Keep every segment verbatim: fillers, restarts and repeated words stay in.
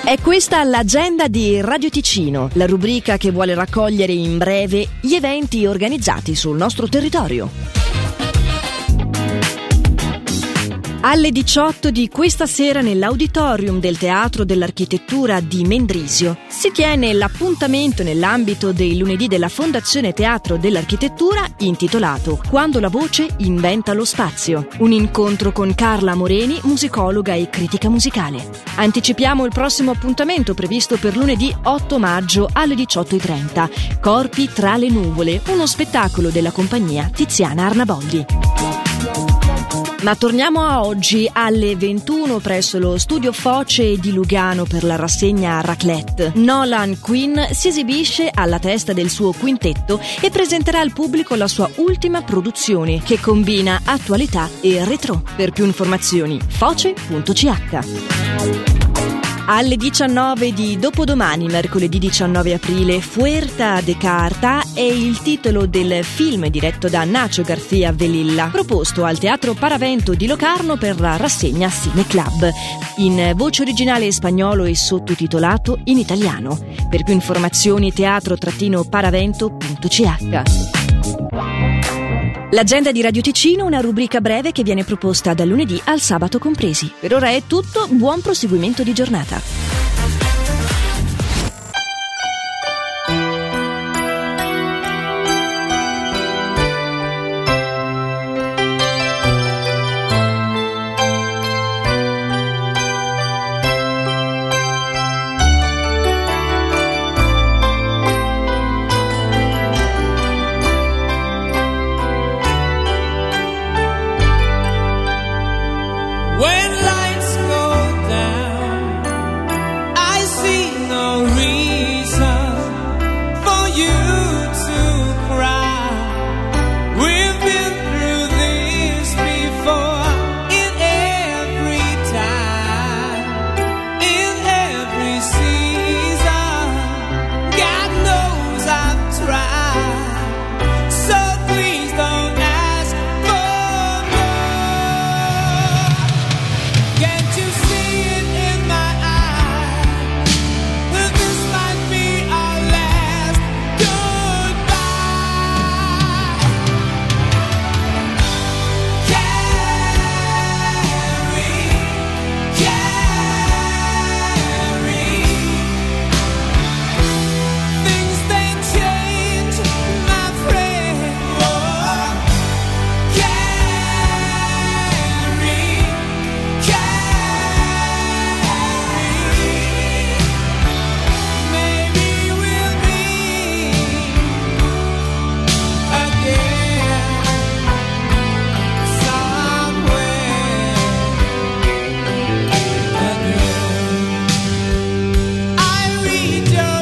È questa l'agenda di Radio Ticino, la rubrica che vuole raccogliere in breve gli eventi organizzati sul nostro territorio. Alle diciotto di questa sera nell'auditorium del Teatro dell'Architettura di Mendrisio si tiene l'appuntamento nell'ambito dei lunedì della Fondazione Teatro dell'Architettura intitolato Quando la voce inventa lo spazio, un incontro con Carla Moreni, musicologa e critica musicale. Anticipiamo il prossimo appuntamento previsto per lunedì otto maggio alle diciotto e trenta, Corpi tra le nuvole, uno spettacolo della compagnia Tiziana Arnaboldi. Ma torniamo a oggi alle ventuno presso lo Studio Foce di Lugano per la rassegna Raclette. Nolan Quinn si esibisce alla testa del suo quintetto e presenterà al pubblico la sua ultima produzione che combina attualità e retro. Per più informazioni foce punto c h. Alle diciannove di dopodomani, mercoledì diciannove aprile, Fuerza de Carta è il titolo del film diretto da Nacho García Velilla, proposto al Teatro Paravento di Locarno per la rassegna Cine Club, in voce originale spagnolo e sottotitolato in italiano. Per più informazioni teatro paravento punto c h. L'agenda di Radio Ticino, una rubrica breve che viene proposta dal lunedì al sabato compresi. Per ora è tutto, buon proseguimento di giornata. When lights go down, I see no reason for you to cry. We've been through this before, in every time, in every season. God knows I've tried, so please don't ask for more. Can't you see it in my eyes? That this might be our last goodbye. Carry, carry. Things they change, my friend. Oh, carry, carry. Maybe we'll meet again somewhere again. I read your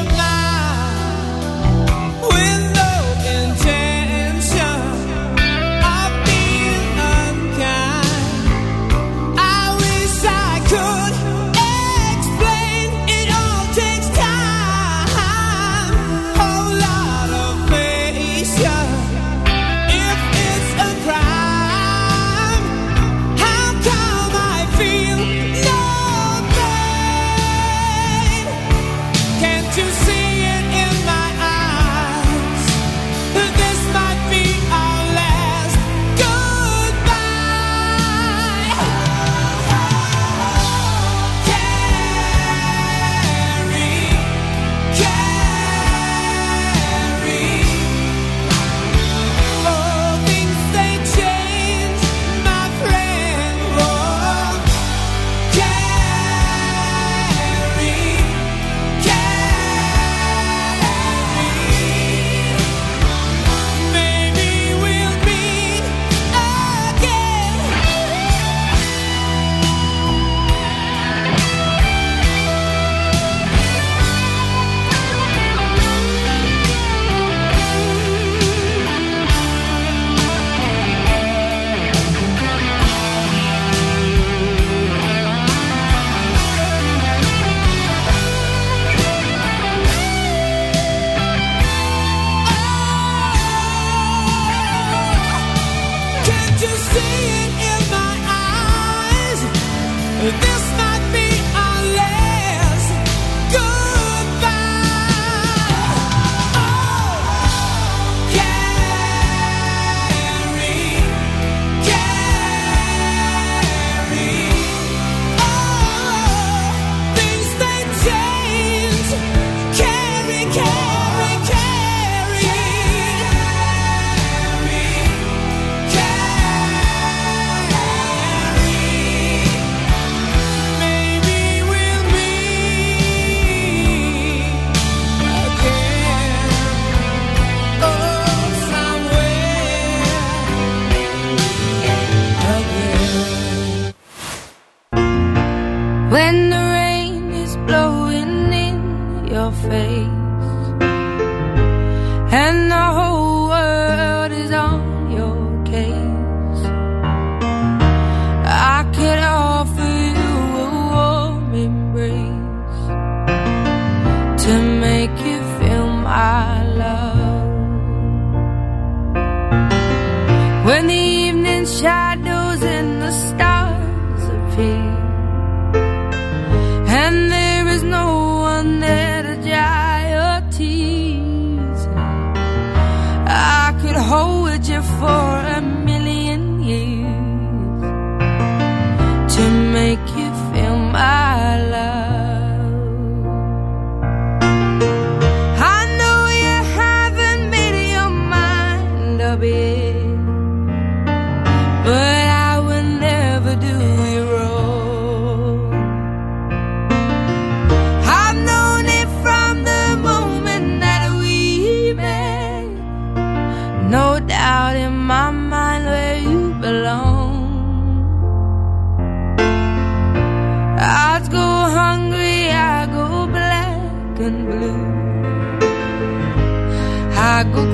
mind with no intention of being unkind. I wish I could explain. It all takes time, whole lot of patience. If it's a crime, how come I feel no pain? Can't you see it in my eyes? That this might be our last goodbye. Carry, carry. Oh, things they change, my friend. Oh, carry, carry. Maybe we'll meet again. Can't you see it in my eyes? This might be our last when the rain is blowing in your face and the whole world is on your case. I could offer you a warm embrace to make you feel my love. When the evening shadows and the stars appear and there is no one there to dry your tears, I could hold you for a million years to make you feel my love. I know you haven't made your mind up yet, but I will never do you wrong. I've known it from the moment that we met, no doubt in my mind where you belong. I'd go hungry, I go black and blue, I go